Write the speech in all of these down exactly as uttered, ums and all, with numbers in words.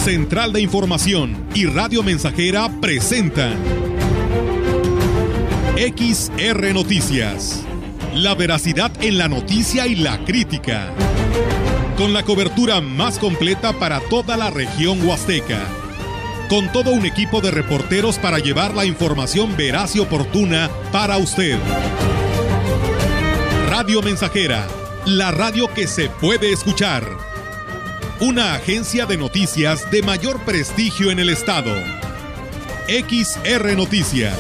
Central de Información y Radio Mensajera presentan X R Noticias. La veracidad en la noticia y la crítica. Con la cobertura más completa para toda la región huasteca. Con todo un equipo de reporteros para llevar la información veraz y oportuna para usted. Radio Mensajera, la radio que se puede escuchar. Una agencia de noticias de mayor prestigio en el estado. X R Noticias.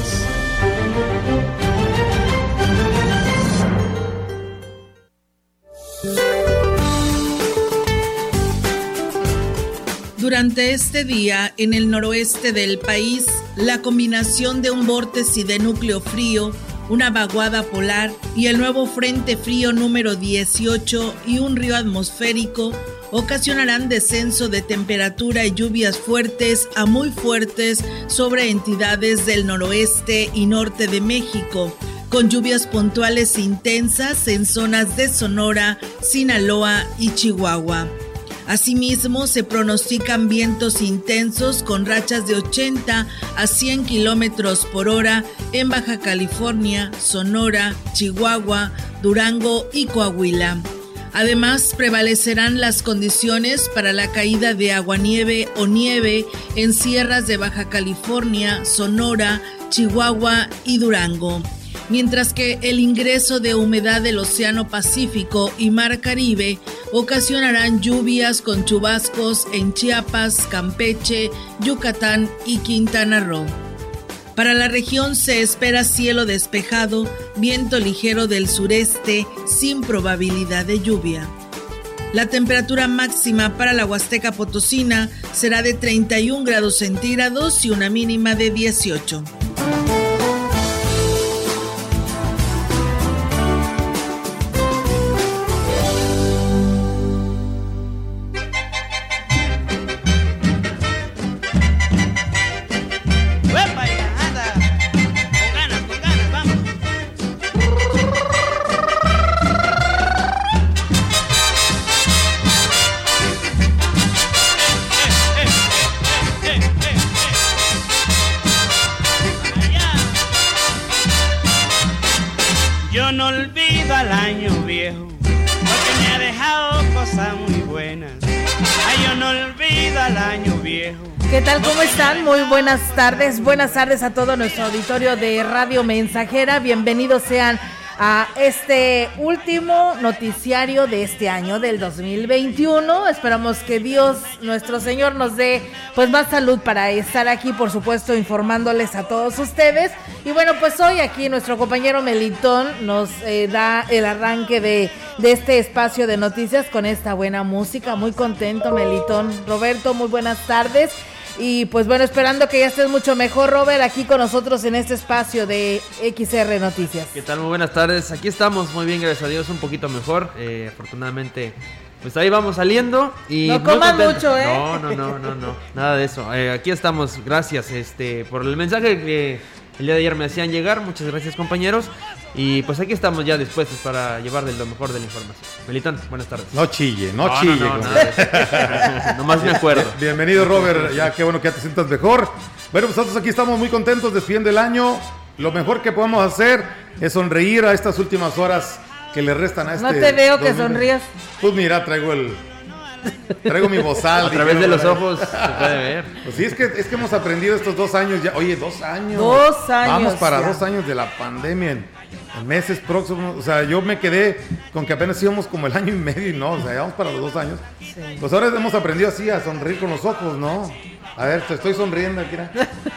Durante este día, en el noroeste del país, la combinación de un vórtice de núcleo frío, una vaguada polar y el nuevo frente frío número dieciocho y un río atmosférico ocasionarán descenso de temperatura y lluvias fuertes a muy fuertes sobre entidades del noroeste y norte de México, con lluvias puntuales intensas en zonas de Sonora, Sinaloa y Chihuahua. Asimismo, se pronostican vientos intensos con rachas de ochenta a cien kilómetros por hora en Baja California, Sonora, Chihuahua, Durango y Coahuila. Además, prevalecerán las condiciones para la caída de aguanieve o nieve en sierras de Baja California, Sonora, Chihuahua y Durango. Mientras que el ingreso de humedad del Océano Pacífico y Mar Caribe ocasionarán lluvias con chubascos en Chiapas, Campeche, Yucatán y Quintana Roo. Para la región se espera cielo despejado, viento ligero del sureste sin probabilidad de lluvia. La temperatura máxima para la Huasteca Potosina será de treinta y un grados centígrados y una mínima de dieciocho. ¿Qué tal? ¿Cómo están? Muy buenas tardes. Buenas tardes a todo nuestro auditorio de Radio Mensajera. Bienvenidos sean a este último noticiario de este año del dos mil veintiuno. Esperamos que Dios, nuestro Señor, nos dé pues más salud para estar aquí, por supuesto, informándoles a todos ustedes. Y bueno, pues hoy aquí nuestro compañero Melitón nos eh, da el arranque de, de este espacio de noticias con esta buena música. Muy contento, Melitón. Roberto, muy buenas tardes. Y pues bueno, esperando que ya estés mucho mejor, Robert, aquí con nosotros en este espacio de X R Noticias. ¿Qué tal? Muy buenas tardes. Aquí estamos, muy bien, gracias a Dios, un poquito mejor. Eh, afortunadamente, pues ahí vamos saliendo. Y no coman mucho, ¿eh? No, no, no, no, no, nada de eso. Eh, aquí estamos, gracias este, por el mensaje que el día de ayer me hacían llegar. Muchas gracias, compañeros. Y pues aquí estamos ya dispuestos para llevarles lo mejor de la información. Melitón, buenas tardes. No chille, no, no chille. No, no, nada de eso. Nomás me acuerdo. Bienvenido, Robert, ya qué bueno que ya te sientas mejor. Bueno, pues nosotros aquí estamos muy contentos, despidiendo el año. Lo mejor que podemos hacer es sonreír a estas últimas horas que le restan a este... No te veo que dos mil. sonrías. Pues mira, traigo el... Traigo mi bozal. A través de los ojos se puede ver. Pues sí, es que, es que hemos aprendido estos dos años ya. Oye, dos años. Dos años. Vamos para ya. dos años de la pandemia en, en meses próximos. O sea, yo me quedé con que apenas íbamos como el año y medio y no, o sea, ya vamos para los dos años. Sí. Pues ahora hemos aprendido así a sonreír con los ojos, ¿no? A ver, te estoy sonriendo, Akira.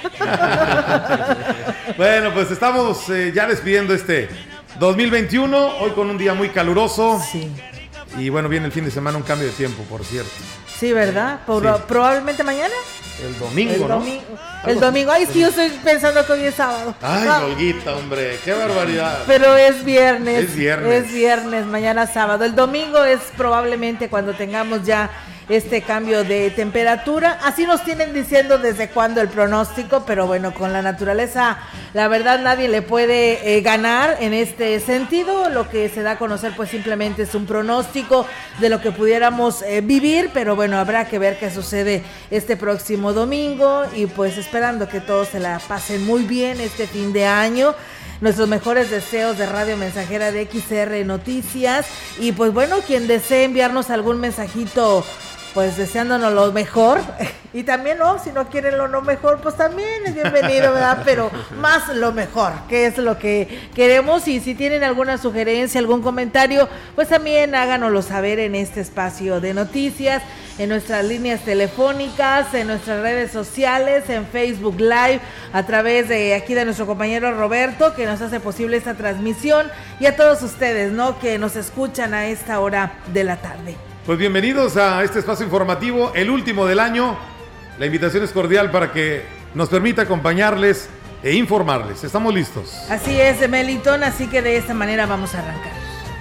Bueno, pues estamos eh, ya despidiendo este dos mil veintiuno, hoy con un día muy caluroso. Sí. Y bueno, viene el fin de semana, un cambio de tiempo, por cierto. Sí, ¿verdad? Por, sí. Probablemente mañana. El domingo, el ¿no? Domingo. El domingo. Ay, es que yo estoy pensando que hoy es sábado. Ay, ah. Olguita, hombre, qué barbaridad. Pero es viernes. Es viernes. Es viernes, mañana sábado. El domingo es probablemente cuando tengamos ya este cambio de temperatura. Así nos tienen diciendo desde cuándo el pronóstico, pero bueno, con la naturaleza, la verdad nadie le puede eh, ganar en este sentido. Lo que se da a conocer pues simplemente es un pronóstico de lo que pudiéramos eh, vivir, pero bueno, habrá que ver qué sucede este próximo domingo y pues esperando que todos se la pasen muy bien este fin de año. Nuestros mejores deseos de Radio Mensajera de X R Noticias. Y pues bueno, quien desee enviarnos algún mensajito, pues deseándonos lo mejor. Y también, no, si no quieren lo no mejor, pues también es bienvenido, ¿verdad? Pero más lo mejor, que es lo que queremos. Y si tienen alguna sugerencia, algún comentario, pues también háganoslo saber en este espacio de noticias, en nuestras líneas telefónicas, en nuestras redes sociales, en Facebook Live, a través de aquí de nuestro compañero Roberto, que nos hace posible esta transmisión, y a todos ustedes, ¿no?, que nos escuchan a esta hora de la tarde. Pues bienvenidos a este espacio informativo, el último del año. La invitación es cordial para que nos permita acompañarles e informarles. Estamos listos. Así es, Melitón, así que de esta manera vamos a arrancar.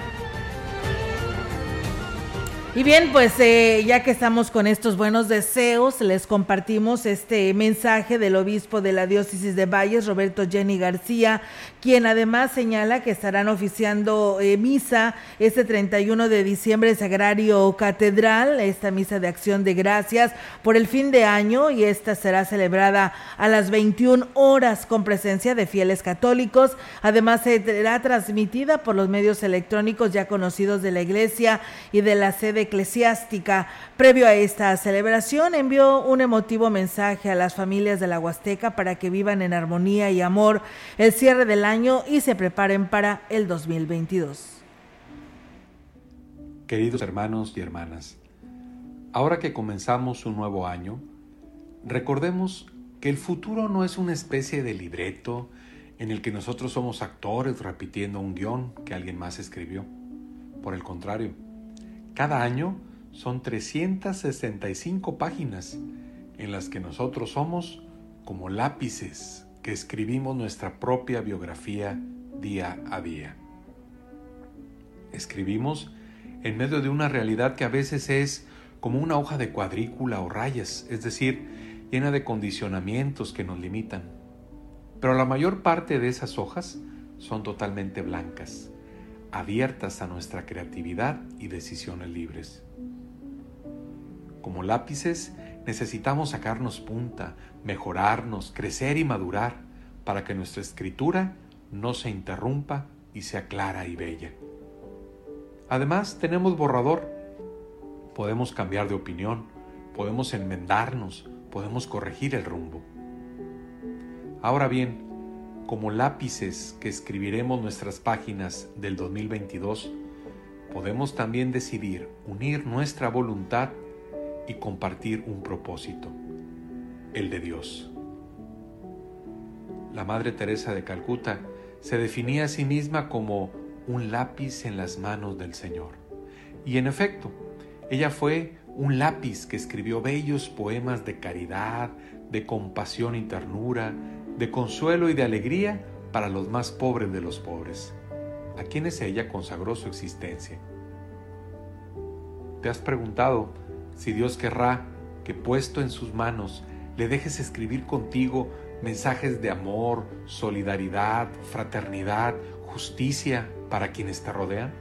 Y bien, pues eh, ya que estamos con estos buenos deseos, les compartimos este mensaje del obispo de la diócesis de Valles, Roberto Jenny García, quien además señala que estarán oficiando eh, misa este treinta y uno de diciembre en Sagrario Catedral, esta misa de acción de gracias por el fin de año, y esta será celebrada a las veintiuna horas con presencia de fieles católicos. Además será transmitida por los medios electrónicos ya conocidos de la iglesia y de la sede eclesiástica. Previo a esta celebración envió un emotivo mensaje a las familias de la Huasteca para que vivan en armonía y amor el cierre del año y se preparen para el dos mil veintidós. Queridos hermanos y hermanas, ahora que comenzamos un nuevo año, recordemos que el futuro no es una especie de libreto en el que nosotros somos actores repitiendo un guión que alguien más escribió. Por el contrario, cada año son trescientas sesenta y cinco páginas en las que nosotros somos como lápices que escribimos nuestra propia biografía día a día. Escribimos en medio de una realidad que a veces es como una hoja de cuadrícula o rayas, es decir, llena de condicionamientos que nos limitan. Pero la mayor parte de esas hojas son totalmente blancas, abiertas a nuestra creatividad y decisiones libres. Como lápices necesitamos sacarnos punta, mejorarnos, crecer y madurar para que nuestra escritura no se interrumpa y sea clara y bella. Además, tenemos borrador. Podemos cambiar de opinión, podemos enmendarnos, podemos corregir el rumbo. Ahora bien, como lápices que escribiremos nuestras páginas del dos mil veintidós, podemos también decidir unir nuestra voluntad y compartir un propósito, el de Dios. La Madre Teresa de Calcuta se definía a sí misma como un lápiz en las manos del Señor. Y en efecto, ella fue un lápiz que escribió bellos poemas de caridad, de compasión y ternura, de consuelo y de alegría para los más pobres de los pobres, a quienes ella consagró su existencia. ¿Te has preguntado si Dios querrá que, puesto en sus manos, le dejes escribir contigo mensajes de amor, solidaridad, fraternidad, justicia para quienes te rodean?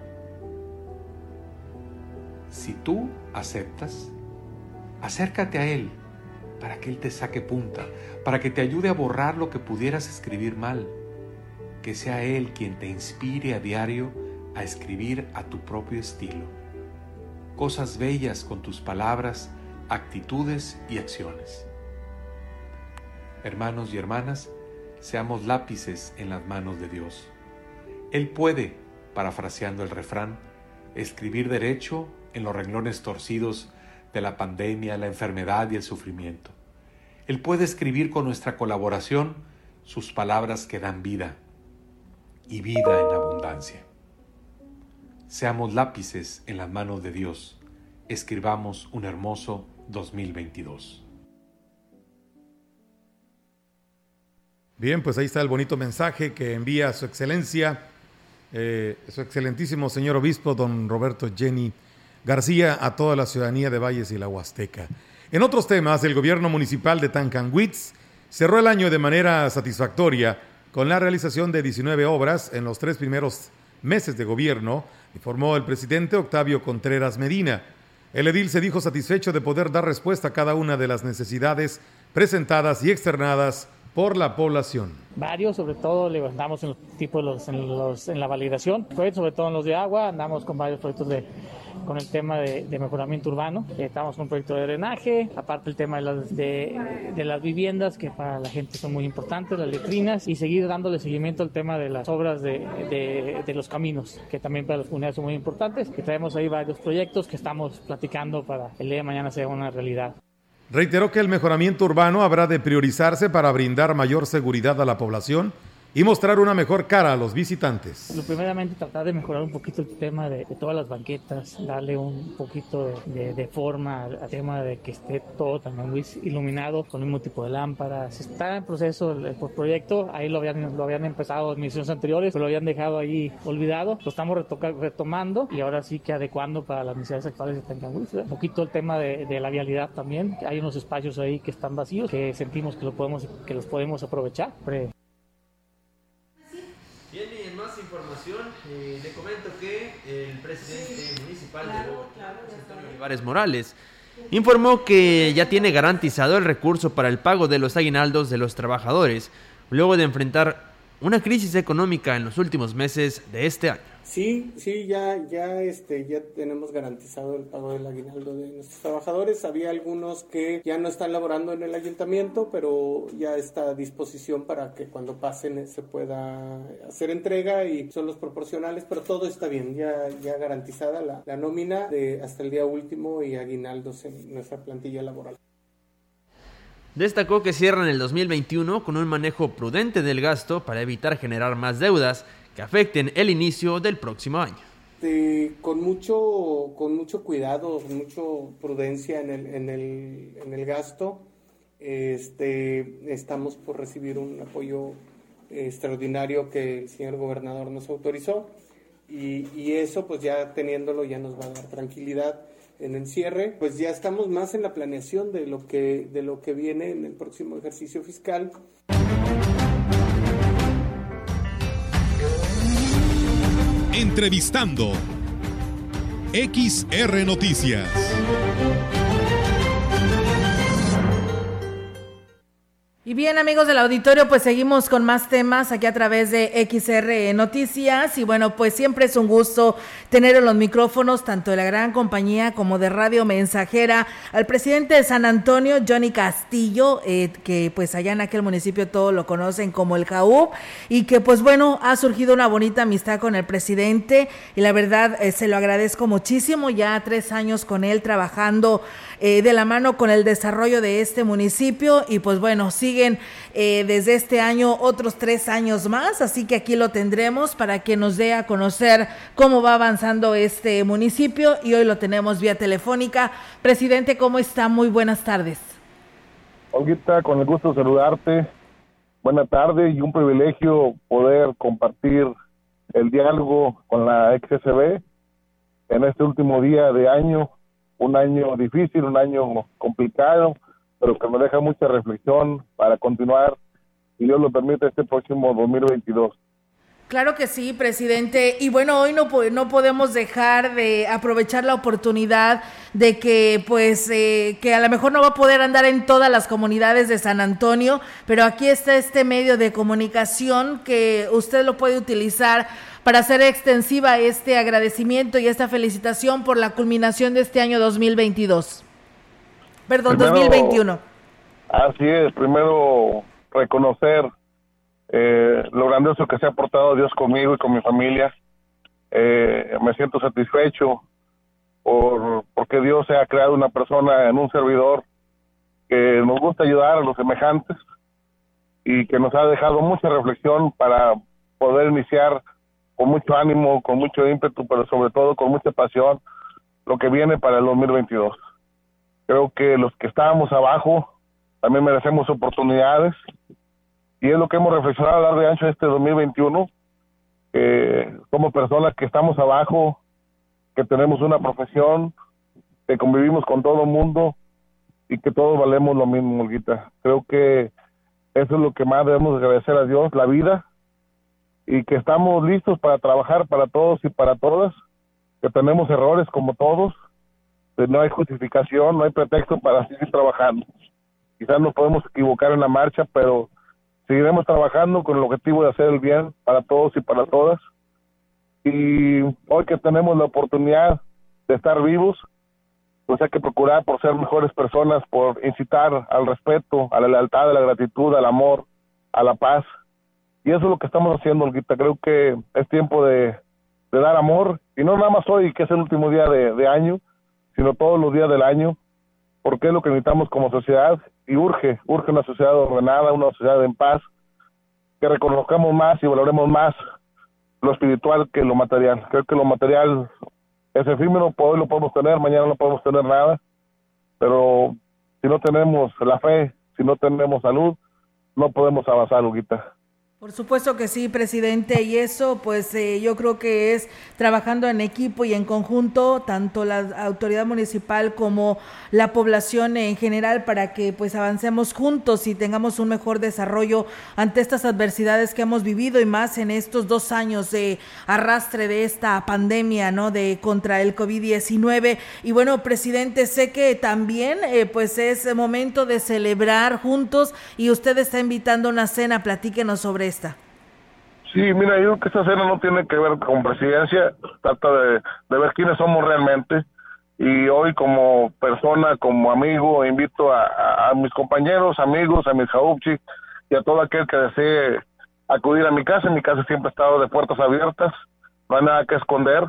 Si tú aceptas, acércate a Él para que Él te saque punta, para que te ayude a borrar lo que pudieras escribir mal, que sea Él quien te inspire a diario a escribir a tu propio estilo, cosas bellas con tus palabras, actitudes y acciones. Hermanos y hermanas, seamos lápices en las manos de Dios. Él puede, parafraseando el refrán, escribir derecho en los renglones torcidos de la pandemia, la enfermedad y el sufrimiento. Él puede escribir con nuestra colaboración sus palabras que dan vida, y vida en abundancia. Seamos lápices en las manos de Dios. Escribamos un hermoso dos mil veintidós. Bien, pues ahí está el bonito mensaje que envía su excelencia, eh, su excelentísimo señor obispo, don Roberto Jenny García a toda la ciudadanía de Valles y la Huasteca. En otros temas, el gobierno municipal de Tancanwitz cerró el año de manera satisfactoria con la realización de diecinueve obras en los tres primeros meses de gobierno, informó el presidente Octavio Contreras Medina. El edil se dijo satisfecho de poder dar respuesta a cada una de las necesidades presentadas y externadas por la población. Varios, sobre todo, le andamos en los tipos, los, en, los, en la validación, sobre todo en los de agua, andamos con varios proyectos de, con el tema de, de mejoramiento urbano, estamos con un proyecto de drenaje, aparte el tema de las, de, de las viviendas, que para la gente son muy importantes, las letrinas, y seguir dándole seguimiento al tema de las obras de, de, de los caminos, que también para las comunidades son muy importantes, que traemos ahí varios proyectos que estamos platicando para el día de mañana sea una realidad. Reiteró que el mejoramiento urbano habrá de priorizarse para brindar mayor seguridad a la población y mostrar una mejor cara a los visitantes. Lo primeramente tratar de mejorar un poquito el tema de, de todas las banquetas, darle un poquito de, de, de forma al, al tema de que esté todo también muy iluminado con el mismo tipo de lámparas. Está en proceso el, el proyecto, ahí lo habían, lo habían empezado en misiones anteriores, pero lo habían dejado ahí olvidado, lo estamos retoca, retomando y ahora sí que adecuando para las necesidades actuales de Tancanwitz. Un poquito el tema de, de la vialidad también, hay unos espacios ahí que están vacíos, que sentimos que, lo podemos, que los podemos aprovechar. Pre- Bien, y en más información, eh, le comento que el presidente sí, municipal claro, de Bogotá, claro, Antonio Olivares Morales, informó que ya tiene garantizado el recurso para el pago de los aguinaldos de los trabajadores, luego de enfrentar una crisis económica en los últimos meses de este año. Sí, sí, ya, ya, este, ya tenemos garantizado el pago del aguinaldo de nuestros trabajadores. Había algunos que ya no están laborando en el ayuntamiento, pero ya está a disposición para que cuando pasen se pueda hacer entrega y son los proporcionales, pero todo está bien, ya, ya garantizada la, la nómina de hasta el día último y aguinaldos en nuestra plantilla laboral. Destacó que cierran el dos mil veintiuno con un manejo prudente del gasto para evitar generar más deudas que afecten el inicio del próximo año. Eh, con mucho con mucho cuidado, con mucha prudencia en el, en el, en el gasto. Este, estamos por recibir un apoyo eh, extraordinario que el señor gobernador nos autorizó y, y eso pues ya teniéndolo ya nos va a dar tranquilidad en el cierre. Pues ya estamos más en la planeación de lo que, de lo que viene en el próximo ejercicio fiscal. Entrevistando X R Noticias. Y bien, amigos del auditorio, pues seguimos con más temas aquí a través de X R Noticias y bueno, pues siempre es un gusto tener en los micrófonos tanto de la gran compañía como de Radio Mensajera al presidente de San Antonio, Johnny Castillo, eh, que pues allá en aquel municipio todos lo conocen como el Jaú y que pues bueno, ha surgido una bonita amistad con el presidente y la verdad eh, se lo agradezco muchísimo, ya tres años con él trabajando eh, de la mano con el desarrollo de este municipio y pues bueno, sigue Eh, desde este año otros tres años más, así que aquí lo tendremos para que nos dé a conocer cómo va avanzando este municipio y hoy lo tenemos vía telefónica. Presidente, ¿cómo está? Muy buenas tardes. Olguita, con el gusto de saludarte. Buena tarde y un privilegio poder compartir el diálogo con la X S B en este último día de año, un año difícil, un año complicado, pero que me deja mucha reflexión para continuar, si Dios lo permite, este próximo dos mil veintidós. Claro que sí, presidente. Y bueno, hoy no, no podemos dejar de aprovechar la oportunidad de que, pues, eh, que a lo mejor no va a poder andar en todas las comunidades de San Antonio, pero aquí está este medio de comunicación que usted lo puede utilizar para hacer extensiva este agradecimiento y esta felicitación por la culminación de este año dos mil veintidós. Perdón, primero, dos mil veintiuno. Así es, primero reconocer eh, lo grandioso que se ha portado Dios conmigo y con mi familia. Eh, me siento satisfecho por porque Dios se ha creado una persona en un servidor que nos gusta ayudar a los semejantes y que nos ha dejado mucha reflexión para poder iniciar con mucho ánimo, con mucho ímpetu, pero sobre todo con mucha pasión lo que viene para el dos mil veintidós. Creo que los que estábamos abajo también merecemos oportunidades y es lo que hemos reflexionado a largo y ancho este dos mil veintiuno, eh, como personas que estamos abajo, que tenemos una profesión, que convivimos con todo el mundo y que todos valemos lo mismo, Olguita. Creo que eso es lo que más debemos agradecer a Dios, la vida, y que estamos listos para trabajar para todos y para todas, que tenemos errores como todos, que no hay justificación, no hay pretexto para seguir trabajando. Quizás nos podemos equivocar en la marcha, pero seguiremos trabajando con el objetivo de hacer el bien para todos y para todas. Y hoy que tenemos la oportunidad de estar vivos, pues hay que procurar por ser mejores personas, por incitar al respeto, a la lealtad, a la gratitud, al amor, a la paz. Y eso es lo que estamos haciendo, Olguita. Creo que es tiempo de, de dar amor, y no nada más hoy, que es el último día de, de año, sino todos los días del año, porque es lo que necesitamos como sociedad, y urge, urge una sociedad ordenada, una sociedad en paz, que reconozcamos más y valoremos más lo espiritual que lo material. Creo que lo material es efímero, hoy lo podemos tener, mañana no podemos tener nada, pero si no tenemos la fe, si no tenemos salud, no podemos avanzar, Olguita. Por supuesto que sí, presidente, y eso pues eh, yo creo que es trabajando en equipo y en conjunto, tanto la autoridad municipal como la población en general, para que pues avancemos juntos y tengamos un mejor desarrollo ante estas adversidades que hemos vivido, y más en estos dos años de arrastre de esta pandemia, ¿no?, de contra el COVID diecinueve. Y bueno, presidente, sé que también eh, pues es momento de celebrar juntos, y usted está invitando a una cena. Platíquenos sobre esta. Sí, mira, yo creo que esta cena no tiene que ver con presidencia, trata de, de ver quiénes somos realmente, y hoy como persona, como amigo, invito a, a, a mis compañeros, amigos, a mis jaupchi y a todo aquel que desee acudir a mi casa. Mi casa siempre ha estado de puertas abiertas, no hay nada que esconder,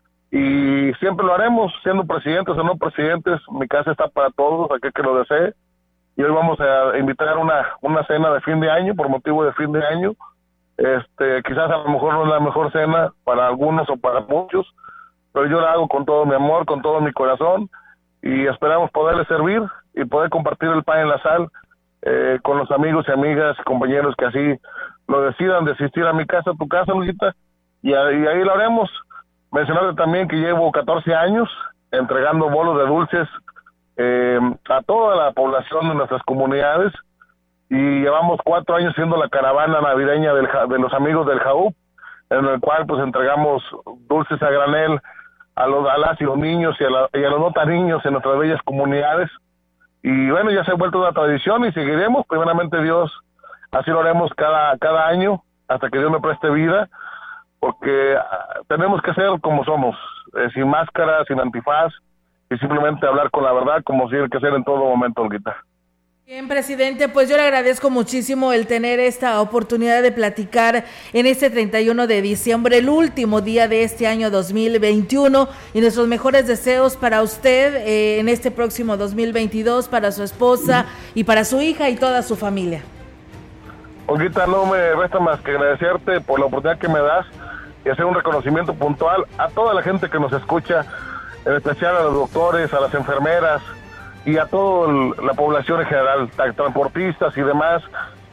y siempre lo haremos, siendo presidentes o no presidentes. Mi casa está para todos, aquel que lo desee. Y hoy vamos a invitar una, una cena de fin de año, por motivo de fin de año. Este, quizás a lo mejor no es la mejor cena para algunos o para muchos, pero yo la hago con todo mi amor, con todo mi corazón, y esperamos poderles servir y poder compartir el pan en la sal eh, con los amigos y amigas y compañeros que así lo decidan, de asistir a mi casa, a tu casa, Olguita, y, a, y ahí lo haremos. Mencionarte también que llevo catorce años entregando bolos de dulces Eh, a toda la población de nuestras comunidades, y llevamos cuatro años siendo la caravana navideña del, de los amigos del Jaup, en el cual pues entregamos dulces a granel a los a las y los niños y a, la, y a los no tan niños en nuestras bellas comunidades. Y bueno, ya se ha vuelto una tradición y seguiremos, primeramente Dios, así lo haremos cada, cada año hasta que Dios me preste vida, porque uh, tenemos que ser como somos, eh, sin máscara, sin antifaz, y simplemente hablar con la verdad, como tiene que ser en todo momento, Olguita. Bien, presidente, pues yo le agradezco muchísimo el tener esta oportunidad de platicar en este treinta y uno de diciembre, el último día de este año dos mil veintiuno, y nuestros mejores deseos para usted eh, en este próximo dos mil veintidós, para su esposa y para su hija y toda su familia. Olguita, no me resta más que agradecerte por la oportunidad que me das y hacer un reconocimiento puntual a toda la gente que nos escucha, en especial a los doctores, a las enfermeras y a toda la población en general, transportistas y demás,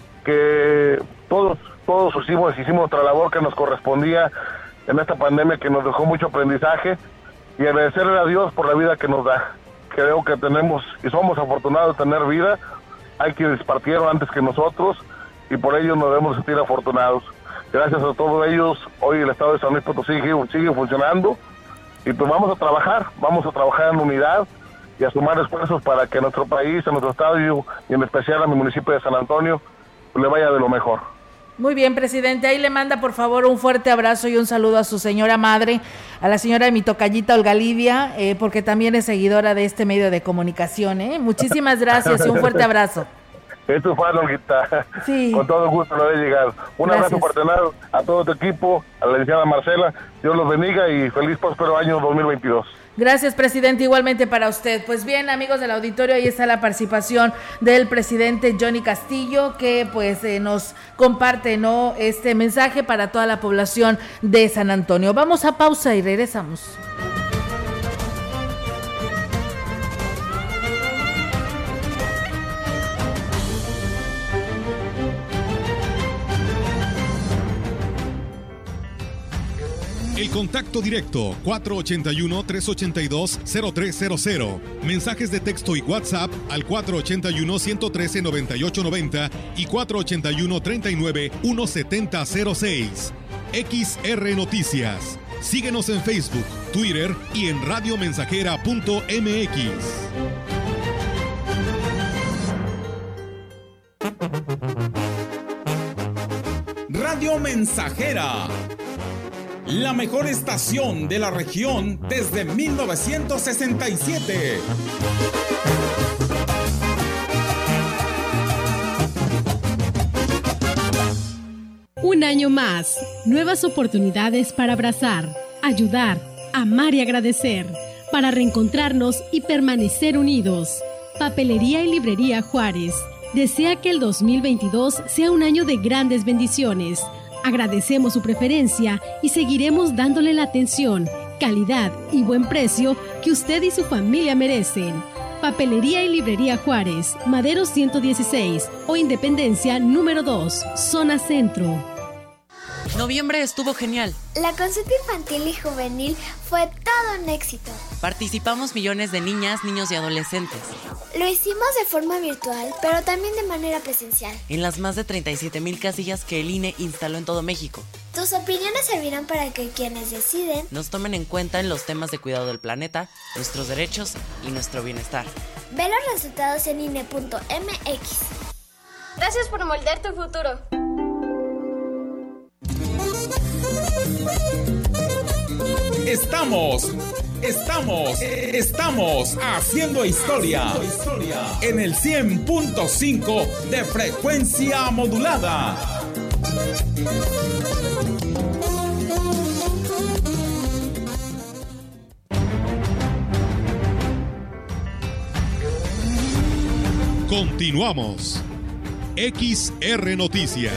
que todos todos hicimos, hicimos nuestra labor que nos correspondía en esta pandemia, que nos dejó mucho aprendizaje, y agradecerle a Dios por la vida que nos da. Creo que tenemos y somos afortunados de tener vida. Hay quienes partieron antes que nosotros y por ello nos debemos sentir afortunados. Gracias a todos ellos, hoy el estado de San Luis Potosí sigue, sigue funcionando. Y pues vamos a trabajar, vamos a trabajar en unidad y a sumar esfuerzos para que a nuestro país, a nuestro estado y en especial a mi municipio de San Antonio, pues le vaya de lo mejor. Muy bien, presidente, ahí le manda por favor un fuerte abrazo y un saludo a su señora madre, a la señora de mi tocallita Olga Lidia, eh, porque también es seguidora de este medio de comunicación. ¿eh? Muchísimas gracias y un fuerte abrazo. Esto fue Olguita. Sí. Con todo gusto lo he llegado. Un Gracias. Abrazo fraternal a todo tu equipo, a la licenciada Marcela. Dios los bendiga y feliz próspero año dos mil veintidós. Gracias, presidente, igualmente para usted. Pues bien, amigos del auditorio, ahí está la participación del presidente Johnny Castillo, que pues eh, nos comparte, ¿no?, este mensaje para toda la población de San Antonio. Vamos a pausa y regresamos. El contacto directo cuatro ocho uno, tres ocho dos, cero tres cero cero. Mensajes de texto y WhatsApp al cuatro ocho uno, uno uno tres, nueve ocho nueve cero y cuatro ocho uno, tres nueve, uno siete cero cero seis. X R Noticias. Síguenos en Facebook, Twitter y en radiomensajera punto m x. Radio Mensajera, la mejor estación de la región desde mil novecientos sesenta y siete. Un año más, nuevas oportunidades para abrazar, ayudar, amar y agradecer, para reencontrarnos y permanecer unidos. Papelería y Librería Juárez desea que el dos mil veintidós sea un año de grandes bendiciones. Agradecemos su preferencia y seguiremos dándole la atención, calidad y buen precio que usted y su familia merecen. Papelería y Librería Juárez, Madero ciento dieciséis o Independencia número dos, Zona Centro. Noviembre estuvo genial. La consulta infantil y juvenil fue todo un éxito. Participamos millones de niñas, niños y adolescentes. Lo hicimos de forma virtual, pero también de manera presencial. En las más de treinta y siete mil casillas que el I N E instaló en todo México. Tus opiniones servirán para que quienes deciden nos tomen en cuenta en los temas de cuidado del planeta, nuestros derechos y nuestro bienestar. Ve los resultados en I N E punto m x. Gracias por moldear tu futuro. Estamos, estamos, estamos haciendo historia en el cien punto cinco de frecuencia modulada. Continuamos. X R Noticias.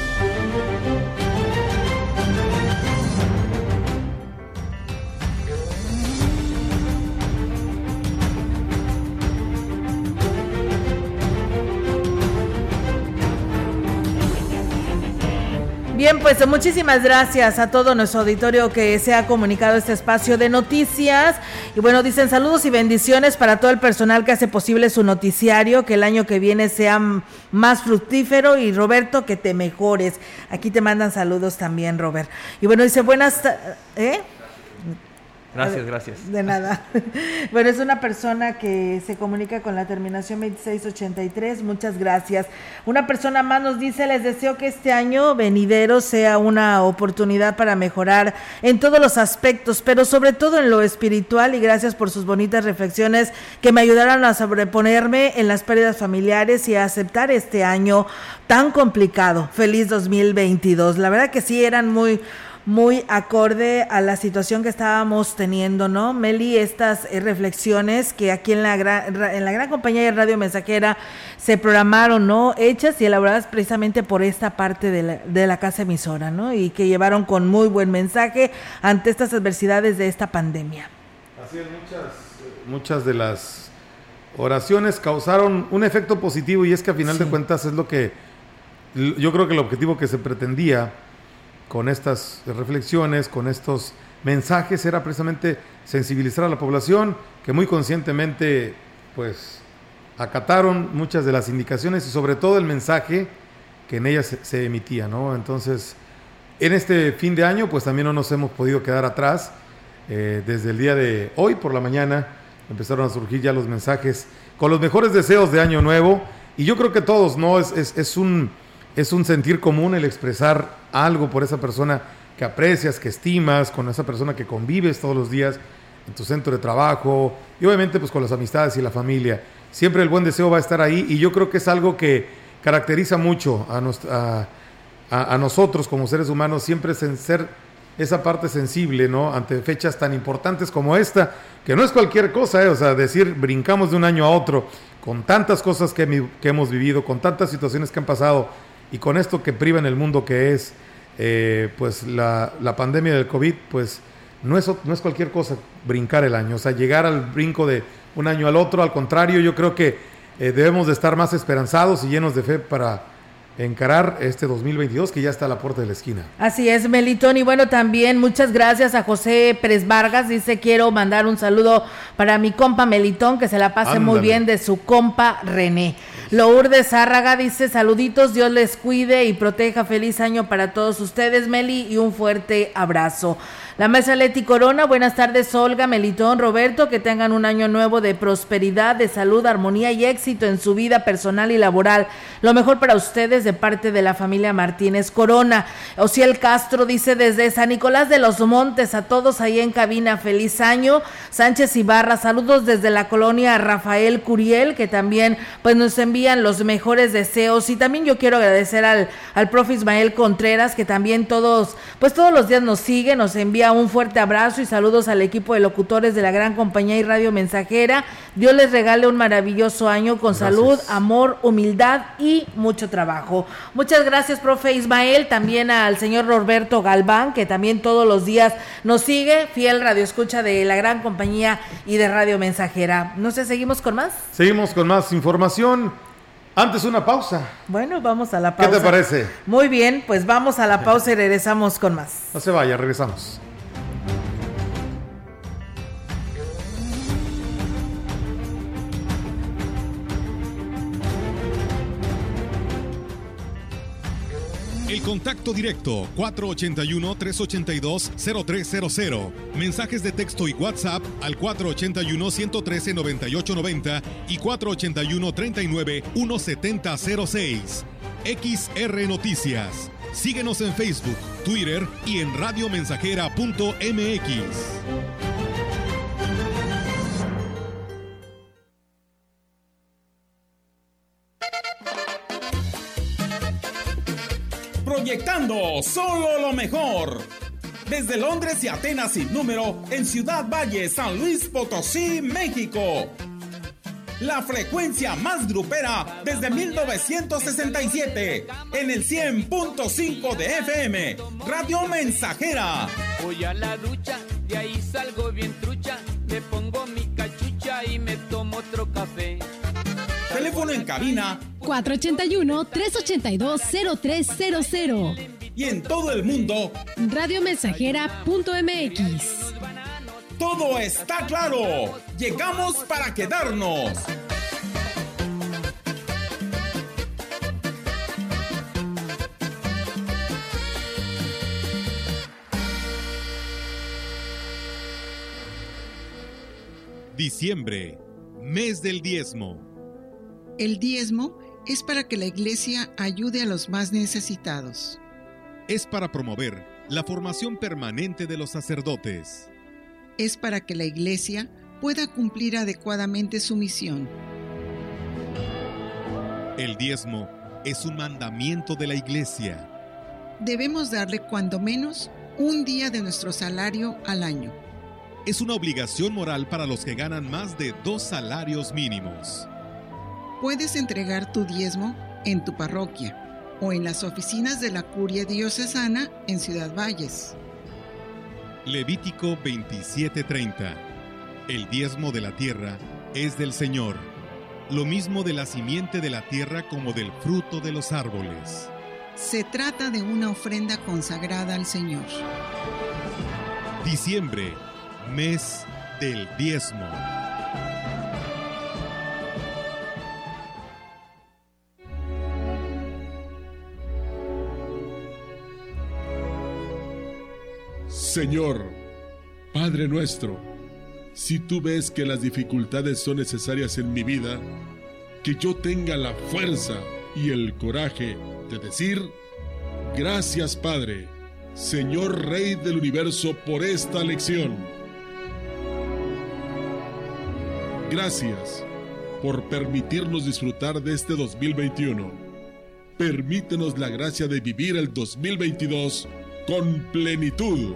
Bien, pues muchísimas gracias a todo nuestro auditorio que se ha comunicado este espacio de noticias. Y bueno, dicen saludos y bendiciones para todo el personal que hace posible su noticiario, que el año que viene sea más fructífero. Y Roberto, que te mejores. Aquí te mandan saludos también, Robert. Y bueno, dice buenas tardes. ¿Eh? Gracias, gracias. De nada. Bueno, es una persona que se comunica con la terminación veintiséis ochenta y tres. Muchas gracias. Una persona más nos dice, les deseo que este año venidero sea una oportunidad para mejorar en todos los aspectos, pero sobre todo en lo espiritual, y gracias por sus bonitas reflexiones que me ayudaron a sobreponerme en las pérdidas familiares y a aceptar este año tan complicado. Feliz dos mil veintidós. La verdad que sí, eran muy... muy acorde a la situación que estábamos teniendo, ¿no? Meli, estas eh, reflexiones que aquí en la gran, en la gran compañía de Radio Mensajera se programaron, ¿no? Hechas y elaboradas precisamente por esta parte de la, de la casa emisora, ¿no? Y que llevaron con muy buen mensaje ante estas adversidades de esta pandemia. Así es, muchas, muchas de las oraciones causaron un efecto positivo, y es que a final sí. de cuentas es lo que, yo creo que el objetivo que se pretendía con estas reflexiones, con estos mensajes, era precisamente sensibilizar a la población, que muy conscientemente pues acataron muchas de las indicaciones y sobre todo el mensaje que en ellas se, se emitía, ¿no? Entonces, en este fin de año pues también no nos hemos podido quedar atrás. Eh, desde el día de hoy por la mañana empezaron a surgir ya los mensajes con los mejores deseos de año nuevo, y yo creo que todos, ¿no? Es, es, es un... Es un sentir común el expresar algo por esa persona que aprecias, que estimas, con esa persona que convives todos los días en tu centro de trabajo, y obviamente pues con las amistades y la familia. Siempre el buen deseo va a estar ahí, y yo creo que es algo que caracteriza mucho a, nos, a, a, a nosotros como seres humanos, siempre ser esa parte sensible, ¿no? Ante fechas tan importantes como esta, que no es cualquier cosa, ¿eh? O sea, decir brincamos de un año a otro, con tantas cosas que, que hemos vivido, con tantas situaciones que han pasado, y con esto que priva en el mundo que es eh, pues la, la pandemia del COVID, pues no es, no es cualquier cosa brincar el año, o sea, llegar al brinco de un año al otro. Al contrario, yo creo que eh, debemos de estar más esperanzados y llenos de fe para, encarar este dos mil veintidós que ya está a la puerta de la esquina. Así es, Melitón, y bueno, también muchas gracias a José Pérez Vargas, dice, quiero mandar un saludo para mi compa Melitón, que se la pase Ándale. muy bien, de su compa René. Lourdes Zárraga dice, saluditos, Dios les cuide y proteja, feliz año para todos ustedes, Meli, y un fuerte abrazo. La maestra Leti Corona, buenas tardes, Olga, Melitón, Roberto, que tengan un año nuevo de prosperidad, de salud, armonía y éxito en su vida personal y laboral. Lo mejor para ustedes de parte de la familia Martínez Corona. Ociel Castro dice, desde San Nicolás de los Montes, a todos ahí en cabina, feliz año. Sánchez Ibarra, saludos desde la colonia Rafael Curiel, que también pues nos envían los mejores deseos. Y también yo quiero agradecer al, al profe Ismael Contreras, que también todos, pues todos los días nos sigue, nos envía un fuerte abrazo y saludos al equipo de locutores de la gran compañía y radio mensajera. Dios les regale un maravilloso año con gracias. Salud, amor, humildad y mucho trabajo. Muchas gracias, profe Ismael, también al señor Roberto Galván, que también todos los días nos sigue, fiel radioescucha de la gran compañía y de radio mensajera. No sé, ¿seguimos con más? Seguimos con más información. Antes una pausa. Bueno, vamos a la pausa. ¿Qué te parece? Muy bien, pues vamos a la pausa y regresamos con más. No se vaya, regresamos. El contacto directo cuatro ochenta y uno, trescientos ochenta y dos, cero tres cero cero. Mensajes de texto y WhatsApp al cuatro ochenta y uno, ciento trece, noventa y ocho noventa y cuatro ochenta y uno, treinta y nueve, setenta cero seis. X R Noticias. Síguenos en Facebook, Twitter y en radiomensajera punto m x. Proyectando solo lo mejor. Desde Londres y Atenas sin número, en Ciudad Valle, San Luis Potosí, México. La frecuencia más grupera desde mil novecientos sesenta y siete, en el cien punto cinco de F M, Radio Mensajera. Voy a la ducha, de ahí salgo bien trucha, me pongo mi cachucha y me tomo otro café. Teléfono en cabina cuatro ochenta y uno, trescientos ochenta y dos, cero tres cero cero. Y en todo el mundo, radiomensajera punto m x. Todo está claro. Llegamos para quedarnos. Diciembre, mes del diezmo. El diezmo es para que la iglesia ayude a los más necesitados. Es para promover la formación permanente de los sacerdotes. Es para que la iglesia pueda cumplir adecuadamente su misión. El diezmo es un mandamiento de la iglesia. Debemos darle cuando menos un día de nuestro salario al año. Es una obligación moral para los que ganan más de dos salarios mínimos. Puedes entregar tu diezmo en tu parroquia o en las oficinas de la Curia Diocesana en Ciudad Valles. Levítico veintisiete treinta. El diezmo de la tierra es del Señor, lo mismo de la simiente de la tierra como del fruto de los árboles. Se trata de una ofrenda consagrada al Señor. Diciembre, mes del diezmo. Señor, Padre nuestro, si tú ves que las dificultades son necesarias en mi vida, que yo tenga la fuerza y el coraje de decir, gracias Padre, Señor Rey del Universo, por esta lección. Gracias por permitirnos disfrutar de este dos mil veintiuno. Permítenos la gracia de vivir el dos mil veintidós con plenitud.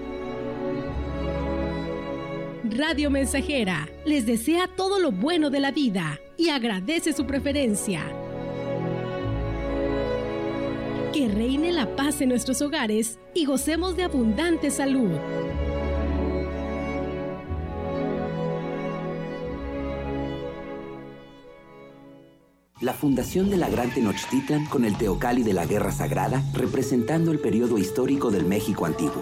Radio Mensajera les desea todo lo bueno de la vida y agradece su preferencia. Que reine la paz en nuestros hogares y gocemos de abundante salud. La fundación de la Gran Tenochtitlan con el Teocalli de la Guerra Sagrada, representando el periodo histórico del México antiguo.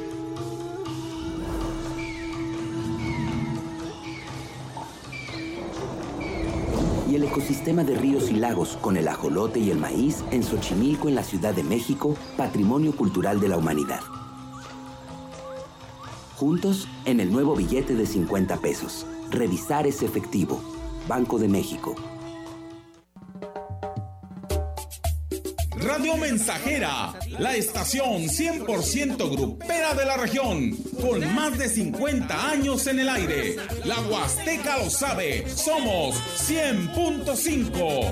Y el ecosistema de ríos y lagos con el ajolote y el maíz en Xochimilco, en la Ciudad de México, patrimonio cultural de la humanidad. Juntos en el nuevo billete de cincuenta pesos. Revisar es efectivo. Banco de México. Radio Mensajera, la estación cien por ciento grupera de la región, con más de cincuenta años en el aire. La Huasteca lo sabe, somos cien punto cinco.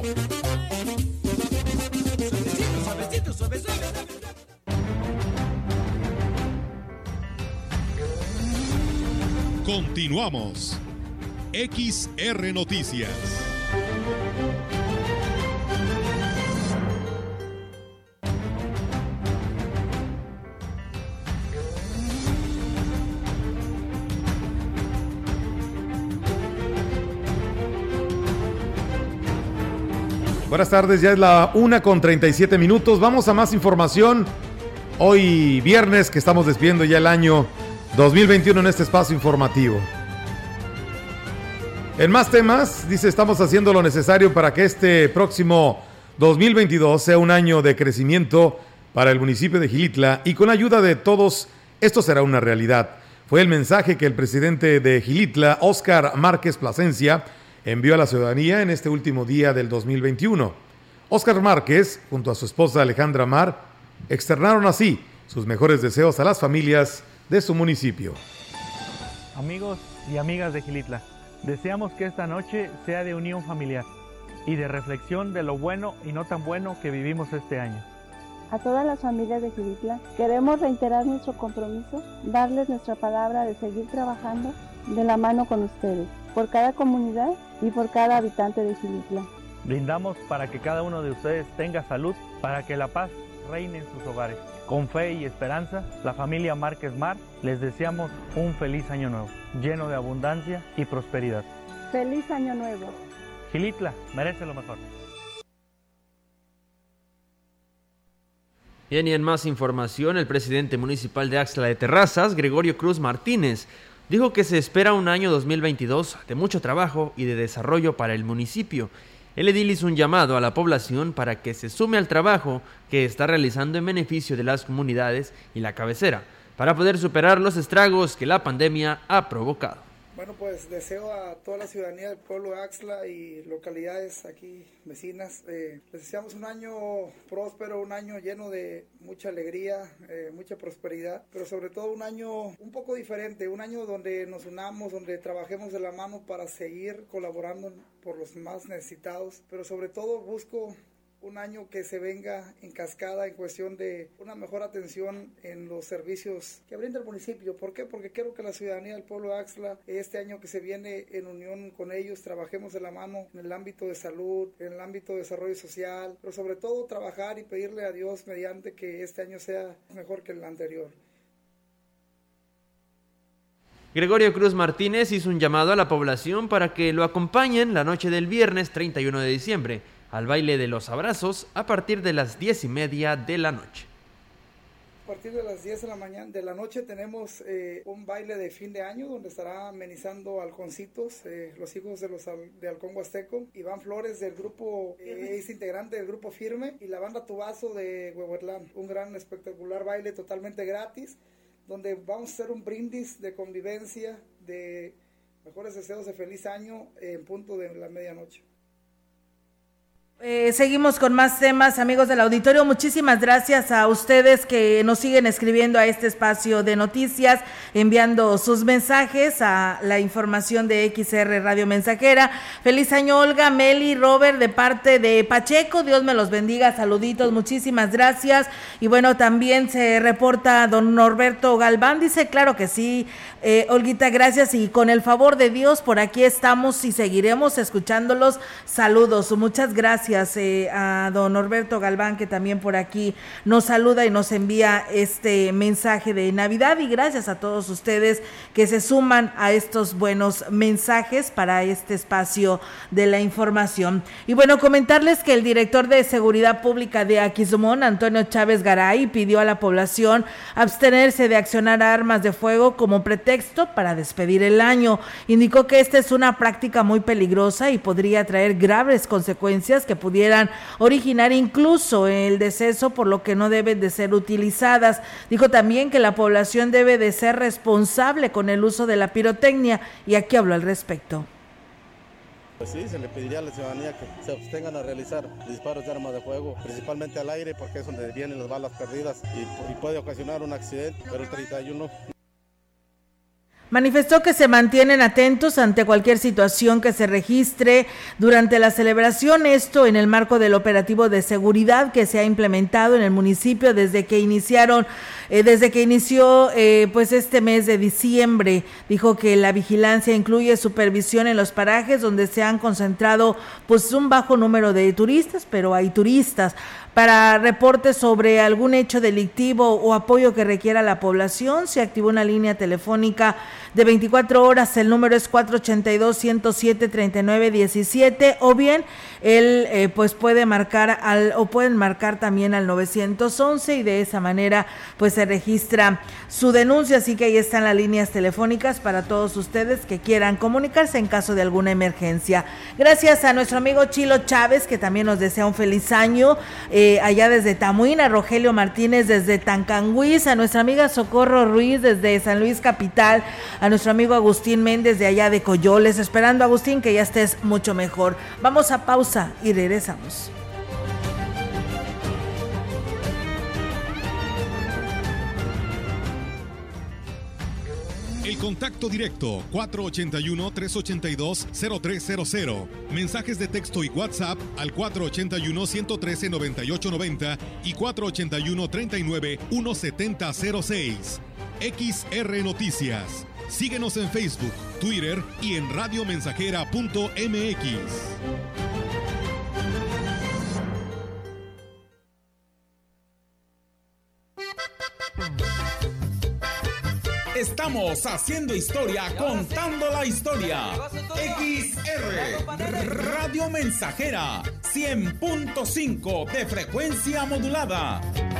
Continuamos. X R Noticias. Buenas tardes, ya es la una con treinta y siete minutos. Vamos a más información. Hoy viernes, que estamos despidiendo ya el año dos mil veintiuno en este espacio informativo. En más temas, dice, estamos haciendo lo necesario para que este próximo dos mil veintidós sea un año de crecimiento para el municipio de Xilitla y con ayuda de todos, esto será una realidad. Fue el mensaje que el presidente de Xilitla, Óscar Márquez Plasencia, envió a la ciudadanía en este último día del dos mil veintiuno. Óscar Márquez, junto a su esposa Alejandra Mar, externaron así sus mejores deseos a las familias de su municipio. Amigos y amigas de Xilitla, deseamos que esta noche sea de unión familiar y de reflexión de lo bueno y no tan bueno que vivimos este año. A todas las familias de Xilitla queremos reiterar nuestro compromiso, darles nuestra palabra de seguir trabajando de la mano con ustedes, por cada comunidad y por cada habitante de Xilitla. Brindamos para que cada uno de ustedes tenga salud, para que la paz reine en sus hogares. Con fe y esperanza, la familia Márquez Mar les deseamos un feliz año nuevo, lleno de abundancia y prosperidad. ¡Feliz año nuevo! Xilitla merece lo mejor. Bien, y en más información, el presidente municipal de Axtla de Terrazas, Gregorio Cruz Martínez, dijo que se espera un año dos mil veintidós de mucho trabajo y de desarrollo para el municipio. El edil hizo un llamado a la población para que se sume al trabajo que está realizando en beneficio de las comunidades y la cabecera, para poder superar los estragos que la pandemia ha provocado. Bueno, pues deseo a toda la ciudadanía del pueblo de Axtla y localidades aquí vecinas, eh, les deseamos un año próspero, un año lleno de mucha alegría, eh, mucha prosperidad, pero sobre todo un año un poco diferente, un año donde nos unamos, donde trabajemos de la mano para seguir colaborando por los más necesitados, pero sobre todo busco un año que se venga en cascada en cuestión de una mejor atención en los servicios que brinda el municipio. ¿Por qué? Porque quiero que la ciudadanía del pueblo de Axtla, este año que se viene en unión con ellos, trabajemos de la mano en el ámbito de salud, en el ámbito de desarrollo social, pero sobre todo trabajar y pedirle a Dios mediante que este año sea mejor que el anterior. Gregorio Cruz Martínez hizo un llamado a la población para que lo acompañen la noche del viernes treinta y uno de diciembre al baile de los abrazos a partir de las diez y media de la noche. A partir de las diez de la mañana de la noche tenemos eh, un baile de fin de año donde estará amenizando halconcitos, eh, los hijos de los de Halcón Huasteco, Iván Flores del grupo, eh, es integrante del grupo Firme, y la banda Tubazo de Huehuetlán. Un gran espectacular baile totalmente gratis donde vamos a hacer un brindis de convivencia, de mejores deseos de feliz año en punto de la medianoche. Eh, seguimos con más temas, amigos del auditorio. Muchísimas gracias a ustedes que nos siguen escribiendo a este espacio de noticias, enviando sus mensajes a la información de X R Radio Mensajera. Feliz año, Olga, Meli, Robert, de parte de Pacheco. Dios me los bendiga, saluditos, muchísimas gracias. Y bueno, también se reporta don Norberto Galván, dice, claro que sí, eh, Olguita, gracias, y con el favor de Dios, por aquí estamos y seguiremos escuchándolos. Saludos, muchas gracias. gracias eh, a don Norberto Galván, que también por aquí nos saluda y nos envía este mensaje de Navidad, y gracias a todos ustedes que se suman a estos buenos mensajes para este espacio de la información. Y bueno, comentarles que el director de Seguridad Pública de Aquismón, Antonio Chávez Garay, pidió a la población abstenerse de accionar armas de fuego como pretexto para despedir el año. Indicó que esta es una práctica muy peligrosa y podría traer graves consecuencias que pudieran originar incluso el deceso, por lo que no deben de ser utilizadas. Dijo también que la población debe de ser responsable con el uso de la pirotecnia, y aquí habló al respecto. Pues sí, se le pediría a la ciudadanía que se abstengan a realizar disparos de armas de fuego, principalmente al aire, porque es donde vienen las balas perdidas y, y puede ocasionar un accidente, pero el treinta y uno... Manifestó que se mantienen atentos ante cualquier situación que se registre durante la celebración, esto en el marco del operativo de seguridad que se ha implementado en el municipio desde que iniciaron, eh, desde que inició eh, pues este mes de diciembre. Dijo que la vigilancia incluye supervisión en los parajes donde se han concentrado pues un bajo número de turistas, pero hay turistas. Para reportes sobre algún hecho delictivo o apoyo que requiera la población, se activó una línea telefónica de veinticuatro horas. El número es cuatro ochenta y dos, ciento siete, treinta y nueve diecisiete, o bien él eh, pues puede marcar al o pueden marcar también al novecientos once, y de esa manera pues se registra su denuncia. Así que ahí están las líneas telefónicas para todos ustedes que quieran comunicarse en caso de alguna emergencia. Gracias a nuestro amigo Chilo Chávez, que también nos desea un feliz año. Eh, allá desde Tamuín, a Rogelio Martínez desde Tancanguis, a nuestra amiga Socorro Ruiz desde San Luis Capital, a nuestro amigo Agustín Méndez de allá de Coyoles, esperando, Agustín, que ya estés mucho mejor. Vamos a pausa y regresamos. El contacto directo cuatro ochenta y uno, trescientos ochenta y dos, cero tres cero cero. Mensajes de texto y WhatsApp al cuatro ochenta y uno, ciento trece, noventa y ocho noventa y cuatro ochenta y uno, treinta y nueve, ciento setenta cero seis. X R Noticias. Síguenos en Facebook, Twitter y en radiomensajera punto m x. Estamos haciendo historia, contando la historia. X R, Radio Mensajera, cien punto cinco de frecuencia modulada.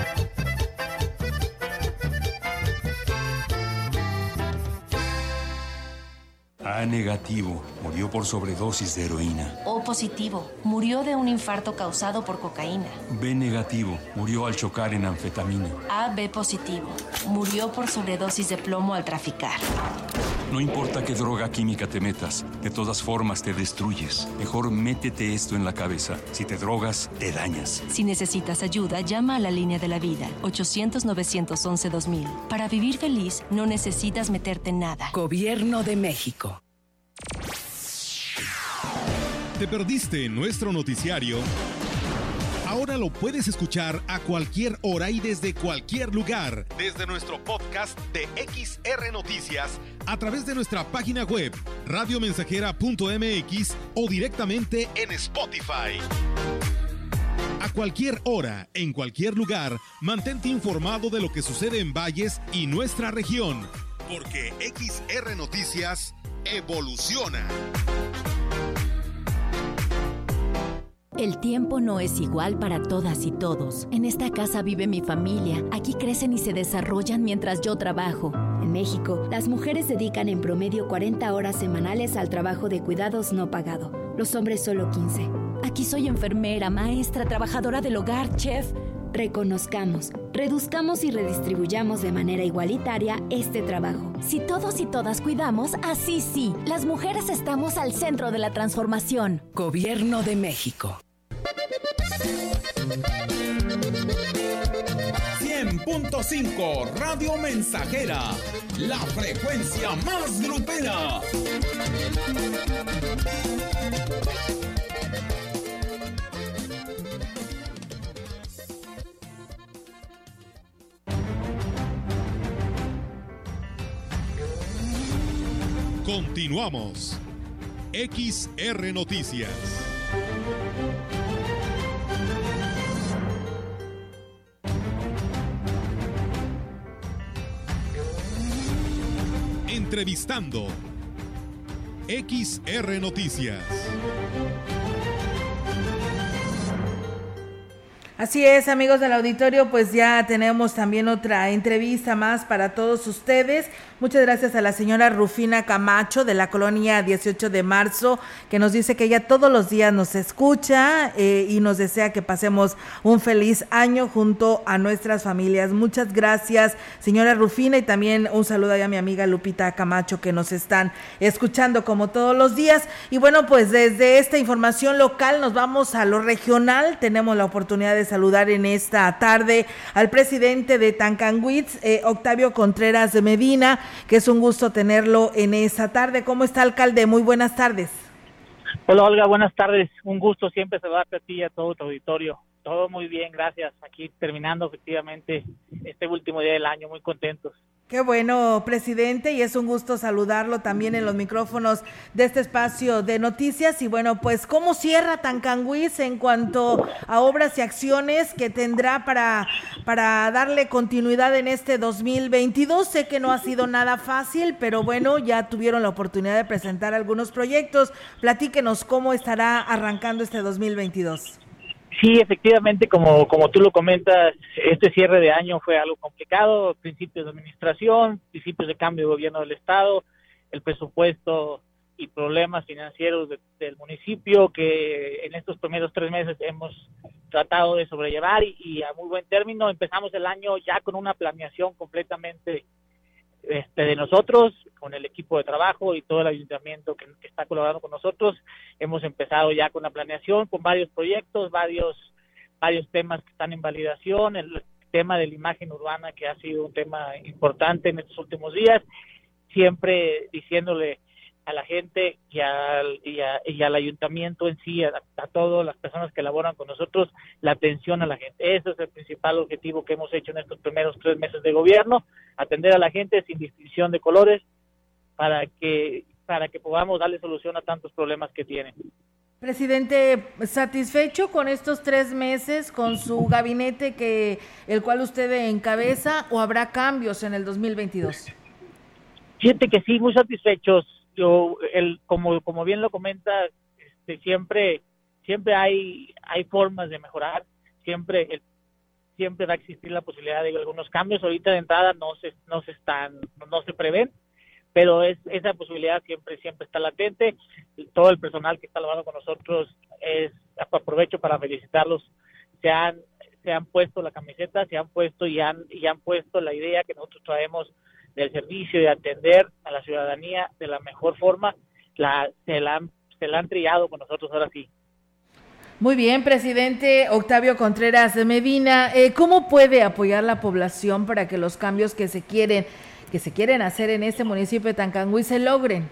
A negativo, murió por sobredosis de heroína. O positivo, murió de un infarto causado por cocaína. B negativo, murió al chocar en anfetamina. A B positivo, murió por sobredosis de plomo al traficar. No importa qué droga química te metas, de todas formas te destruyes. Mejor métete esto en la cabeza. Si te drogas, te dañas. Si necesitas ayuda, llama a la línea de la vida, ochocientos, novecientos once, dos mil. Para vivir feliz, no necesitas meterte en nada. Gobierno de México. ¿Te perdiste nuestro noticiario? Ahora lo puedes escuchar a cualquier hora y desde cualquier lugar, desde nuestro podcast de X R Noticias, a través de nuestra página web, radiomensajera punto m x, o directamente en Spotify. A cualquier hora, en cualquier lugar, mantente informado de lo que sucede en Valles y nuestra región, porque X R Noticias evoluciona. El tiempo no es igual para todas y todos. En esta casa vive mi familia. Aquí crecen y se desarrollan mientras yo trabajo. En México, las mujeres dedican en promedio cuarenta horas semanales al trabajo de cuidados no pagado. Los hombres solo quince. Aquí soy enfermera, maestra, trabajadora del hogar, chef. Reconozcamos, reduzcamos y redistribuyamos de manera igualitaria este trabajo. Si todos y todas cuidamos, así sí, las mujeres estamos al centro de la transformación. Gobierno de México. cien punto cinco Radio Mensajera, la frecuencia más grupera. Continuamos. X R Noticias. Entrevistando. X R Noticias. Así es, amigos del auditorio, pues ya tenemos también otra entrevista más para todos ustedes. Muchas gracias a la señora Rufina Camacho de la colonia dieciocho de marzo, que nos dice que ella todos los días nos escucha eh, y nos desea que pasemos un feliz año junto a nuestras familias. Muchas gracias, señora Rufina, y también un saludo a mi amiga Lupita Camacho, que nos están escuchando como todos los días. Y bueno, pues desde esta información local nos vamos a lo regional. Tenemos la oportunidad de saludar en esta tarde al presidente de Tancanwitz, eh, Octavio Contreras de Medina, que es un gusto tenerlo en esta tarde. ¿Cómo está, alcalde? Muy buenas tardes. Hola, Olga, buenas tardes. Un gusto siempre saludarte a ti y a todo tu auditorio. Todo muy bien, gracias. Aquí terminando efectivamente este último día del año, muy contentos. Qué bueno, presidente, y es un gusto saludarlo también en los micrófonos de este espacio de noticias. Y bueno, pues, ¿cómo cierra Tancanwitz en cuanto a obras y acciones que tendrá para, para darle continuidad en este dos mil veintidós? Sé que no ha sido nada fácil, pero bueno, ya tuvieron la oportunidad de presentar algunos proyectos. Platíquenos cómo estará arrancando este dos mil veintidós. Sí, efectivamente, como como tú lo comentas, este cierre de año fue algo complicado, principios de administración, principios de cambio de gobierno del Estado, el presupuesto y problemas financieros de, del municipio que en estos primeros tres meses hemos tratado de sobrellevar y, y a muy buen término. Empezamos el año ya con una planeación completamente este, de nosotros, con el equipo de trabajo y todo el ayuntamiento que, que está colaborando con nosotros. Hemos empezado ya con la planeación, con varios proyectos, varios varios temas que están en validación, el tema de la imagen urbana, que ha sido un tema importante en estos últimos días, siempre diciéndole a la gente y al, y, a, y al ayuntamiento en sí, a, a todas las personas que laboran con nosotros, la atención a la gente. Ese es el principal objetivo que hemos hecho en estos primeros tres meses de gobierno, atender a la gente sin distinción de colores, para que para que podamos darle solución a tantos problemas que tienen. Presidente, ¿satisfecho con estos tres meses, con su gabinete que el cual usted encabeza, o habrá cambios en el dos mil veintidós? Fíjate que sí, muy satisfechos. Yo, el, como como bien lo comenta, este, siempre siempre hay hay formas de mejorar, siempre el, siempre va a existir la posibilidad de algunos cambios. Ahorita de entrada no se no se están no se prevén, pero es esa posibilidad siempre siempre está latente. Todo el personal que está trabajando con nosotros, es aprovecho para felicitarlos. Se han se han puesto la camiseta, se han puesto y han y han puesto la idea que nosotros traemos del servicio, de atender a la ciudadanía de la mejor forma. La se la han se la han trillado con nosotros ahora sí. Muy bien, presidente Octavio Contreras de Medina, eh, ¿cómo puede apoyar la población para que los cambios que se quieren que se quieren hacer en este municipio de Tancanwitz se logren?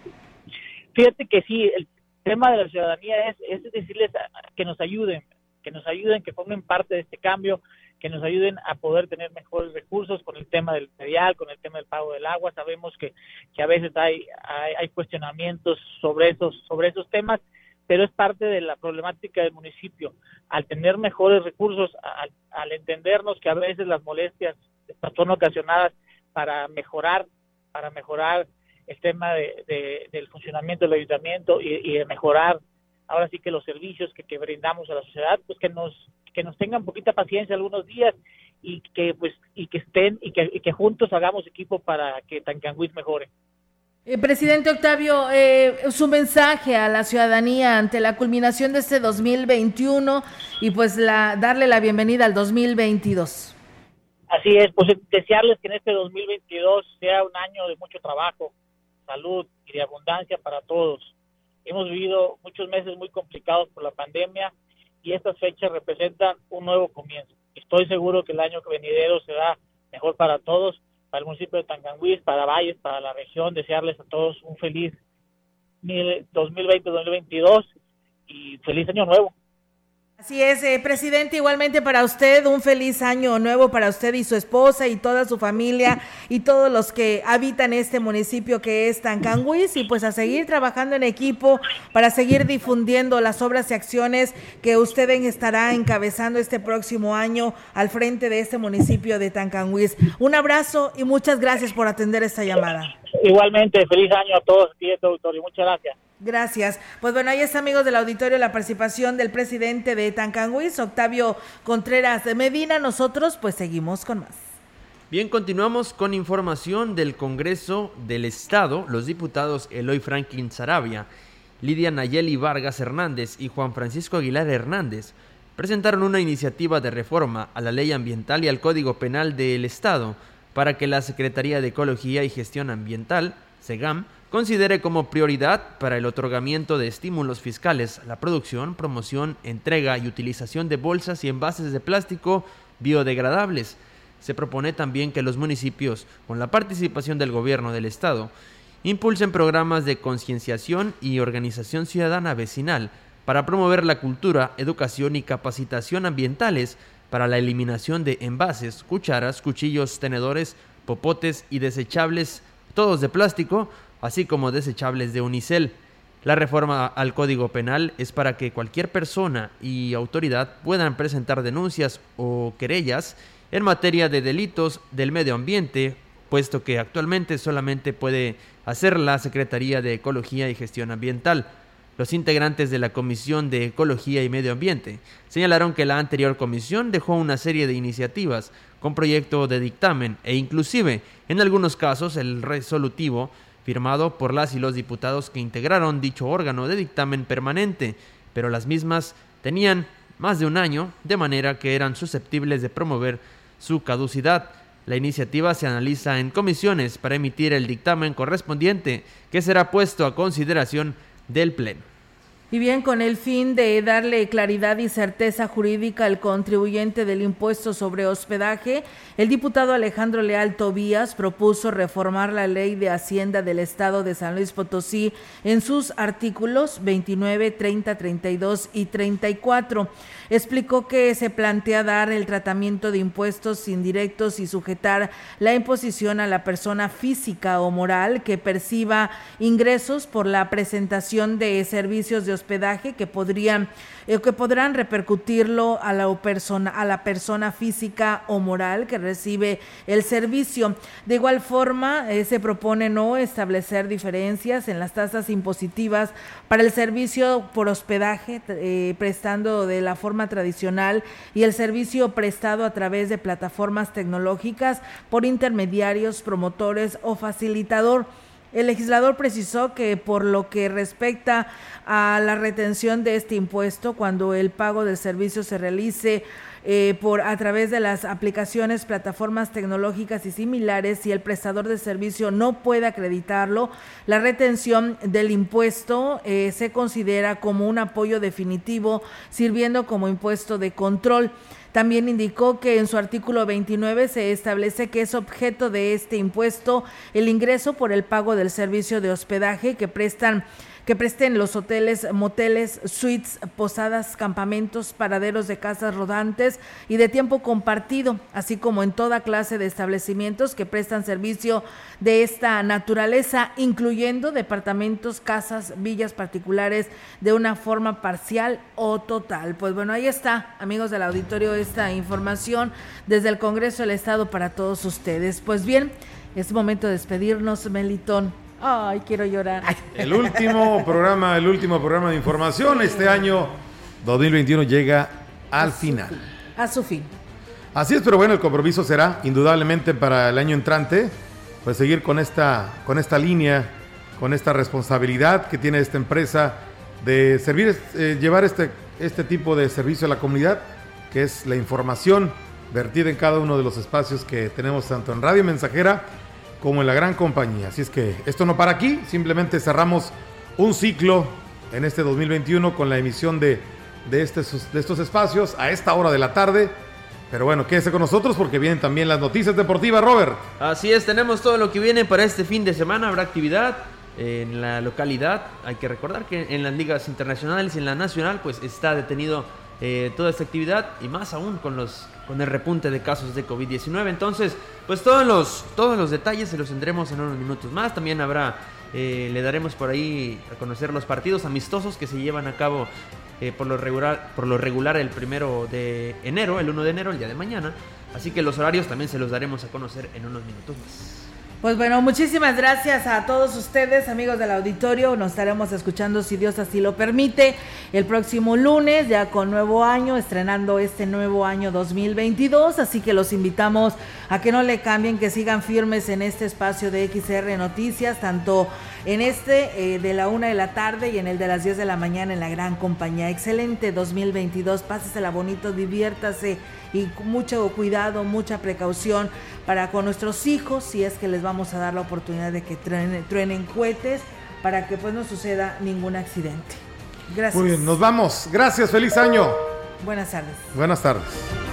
Fíjate que sí, el tema de la ciudadanía es, es decirles que nos ayuden, que nos ayuden, que formen parte de este cambio, que nos ayuden a poder tener mejores recursos con el tema del predial, con el tema del pago del agua. Sabemos que, que a veces hay, hay, hay cuestionamientos sobre esos, sobre esos temas, pero es parte de la problemática del municipio. Al tener mejores recursos, al, al entendernos que a veces las molestias son ocasionadas para mejorar, para mejorar el tema de, de, del funcionamiento del ayuntamiento y, y de mejorar ahora sí que los servicios que, que brindamos a la sociedad, pues que nos que nos tengan poquita paciencia algunos días y que pues y que estén y que, y que juntos hagamos equipo para que Tancanwitz mejore. Eh, presidente Octavio, eh, su mensaje a la ciudadanía ante la culminación de este dos mil veintiuno y pues la darle la bienvenida al dos mil veintidós. Así es, pues desearles que en este dos mil veintidós sea un año de mucho trabajo, salud y de abundancia para todos. Hemos vivido muchos meses muy complicados por la pandemia y estas fechas representan un nuevo comienzo. Estoy seguro que el año venidero será mejor para todos, para el municipio de Tancanwitz, para Valles, para la región. Desearles a todos un feliz dos mil veinte dos mil veintidós y feliz año nuevo. Así es, eh, presidente, igualmente para usted, un feliz año nuevo para usted y su esposa y toda su familia y todos los que habitan este municipio que es Tancanguis, y pues a seguir trabajando en equipo para seguir difundiendo las obras y acciones que usted estará encabezando este próximo año al frente de este municipio de Tancanguis. Un abrazo y muchas gracias por atender esta llamada. Igualmente, feliz año a todos aquí de este auditorio, muchas gracias. Gracias. Pues bueno, ahí está, amigos del auditorio, la participación del presidente de Tancanguis, Octavio Contreras de Medina. Nosotros pues seguimos con más. Bien, continuamos con información del Congreso del Estado. Los diputados Eloy Franklin Saravia, Lidia Nayeli Vargas Hernández y Juan Francisco Aguilar Hernández presentaron una iniciativa de reforma a la Ley Ambiental y al Código Penal del Estado para que la Secretaría de Ecología y Gestión Ambiental, SEGAM, considere como prioridad para el otorgamiento de estímulos fiscales la producción, promoción, entrega y utilización de bolsas y envases de plástico biodegradables. Se propone también que los municipios, con la participación del gobierno del estado, impulsen programas de concienciación y organización ciudadana vecinal para promover la cultura, educación y capacitación ambientales para la eliminación de envases, cucharas, cuchillos, tenedores, popotes y desechables, todos de plástico, así como desechables de unicel. La reforma al Código Penal es para que cualquier persona y autoridad puedan presentar denuncias o querellas en materia de delitos del medio ambiente, puesto que actualmente solamente puede hacer la Secretaría de Ecología y Gestión Ambiental. Los integrantes de la Comisión de Ecología y Medio Ambiente señalaron que la anterior comisión dejó una serie de iniciativas con proyecto de dictamen e inclusive, en algunos casos, el resolutivo firmado por las y los diputados que integraron dicho órgano de dictamen permanente, pero las mismas tenían más de un año, de manera que eran susceptibles de promover su caducidad. La iniciativa se analiza en comisiones para emitir el dictamen correspondiente, que será puesto a consideración del Pleno. Y bien, con el fin de darle claridad y certeza jurídica al contribuyente del impuesto sobre hospedaje, el diputado Alejandro Leal Tobías propuso reformar la Ley de Hacienda del Estado de San Luis Potosí en sus artículos veintinueve, treinta, treinta y dos y treinta y cuatro. Explicó que se plantea dar el tratamiento de impuestos indirectos y sujetar la imposición a la persona física o moral que perciba ingresos por la presentación de servicios de hospedaje que podrían eh, que podrán repercutirlo a la persona a la persona física o moral que recibe el servicio. De igual forma, eh, se propone no establecer diferencias en las tasas impositivas para el servicio por hospedaje eh, prestando de la forma tradicional y el servicio prestado a través de plataformas tecnológicas por intermediarios, promotores o facilitador. El legislador precisó que por lo que respecta a la retención de este impuesto, cuando el pago del servicio se realice eh, por a través de las aplicaciones, plataformas tecnológicas y similares, y el prestador de servicio no puede acreditarlo, la retención del impuesto eh, se considera como un apoyo definitivo, sirviendo como impuesto de control. También indicó que en su artículo veintinueve se establece que es objeto de este impuesto el ingreso por el pago del servicio de hospedaje que prestan que presten los hoteles, moteles, suites, posadas, campamentos, paraderos de casas rodantes y de tiempo compartido, así como en toda clase de establecimientos que prestan servicio de esta naturaleza, incluyendo departamentos, casas, villas particulares de una forma parcial o total. Pues bueno, ahí está, amigos del auditorio, esta información desde el Congreso del Estado para todos ustedes. Pues bien, es momento de despedirnos, Melitón. Ay, quiero llorar. El último programa, el último programa de información. Este año dos mil veintiuno llega al final. A su fin. Así es, pero bueno, el compromiso será indudablemente para el año entrante, pues seguir con esta, con esta línea, con esta responsabilidad que tiene esta empresa de servir, eh, llevar este, este tipo de servicio a la comunidad, que es la información vertida en cada uno de los espacios que tenemos tanto en Radio Mensajera como en la gran compañía. Así es que esto no para aquí, simplemente cerramos un ciclo en este dos mil veintiuno con la emisión de, de, este, de estos espacios a esta hora de la tarde. Pero bueno, quédese con nosotros porque vienen también las noticias deportivas, Robert. Así es, tenemos todo lo que viene para este fin de semana. Habrá actividad en la localidad. Hay que recordar que en las ligas internacionales y en la nacional pues está detenido eh, toda esta actividad y más aún con los con el repunte de casos de COVID diecinueve. Entonces, pues todos los todos los detalles se los tendremos en unos minutos más. También habrá, eh, le daremos por ahí a conocer los partidos amistosos que se llevan a cabo eh, por lo regular por lo regular el primero de enero, el uno de enero, el día de mañana. Así que los horarios también se los daremos a conocer en unos minutos más. Pues bueno, muchísimas gracias a todos ustedes, amigos del auditorio. Nos estaremos escuchando, si Dios así lo permite, el próximo lunes, ya con nuevo año, estrenando este nuevo año dos mil veintidós. Así que los invitamos a que no le cambien, que sigan firmes en este espacio de X R Noticias, tanto en este eh, de la una de la tarde y en el de las diez de la mañana en la gran compañía. Excelente dos mil veintidós, pásesela bonito, diviértase y con mucho cuidado, mucha precaución para con nuestros hijos, si es que les vamos a dar la oportunidad de que truenen, truenen cohetes, para que pues no suceda ningún accidente. Gracias. Muy bien, nos vamos. Gracias, feliz año. Buenas tardes. Buenas tardes.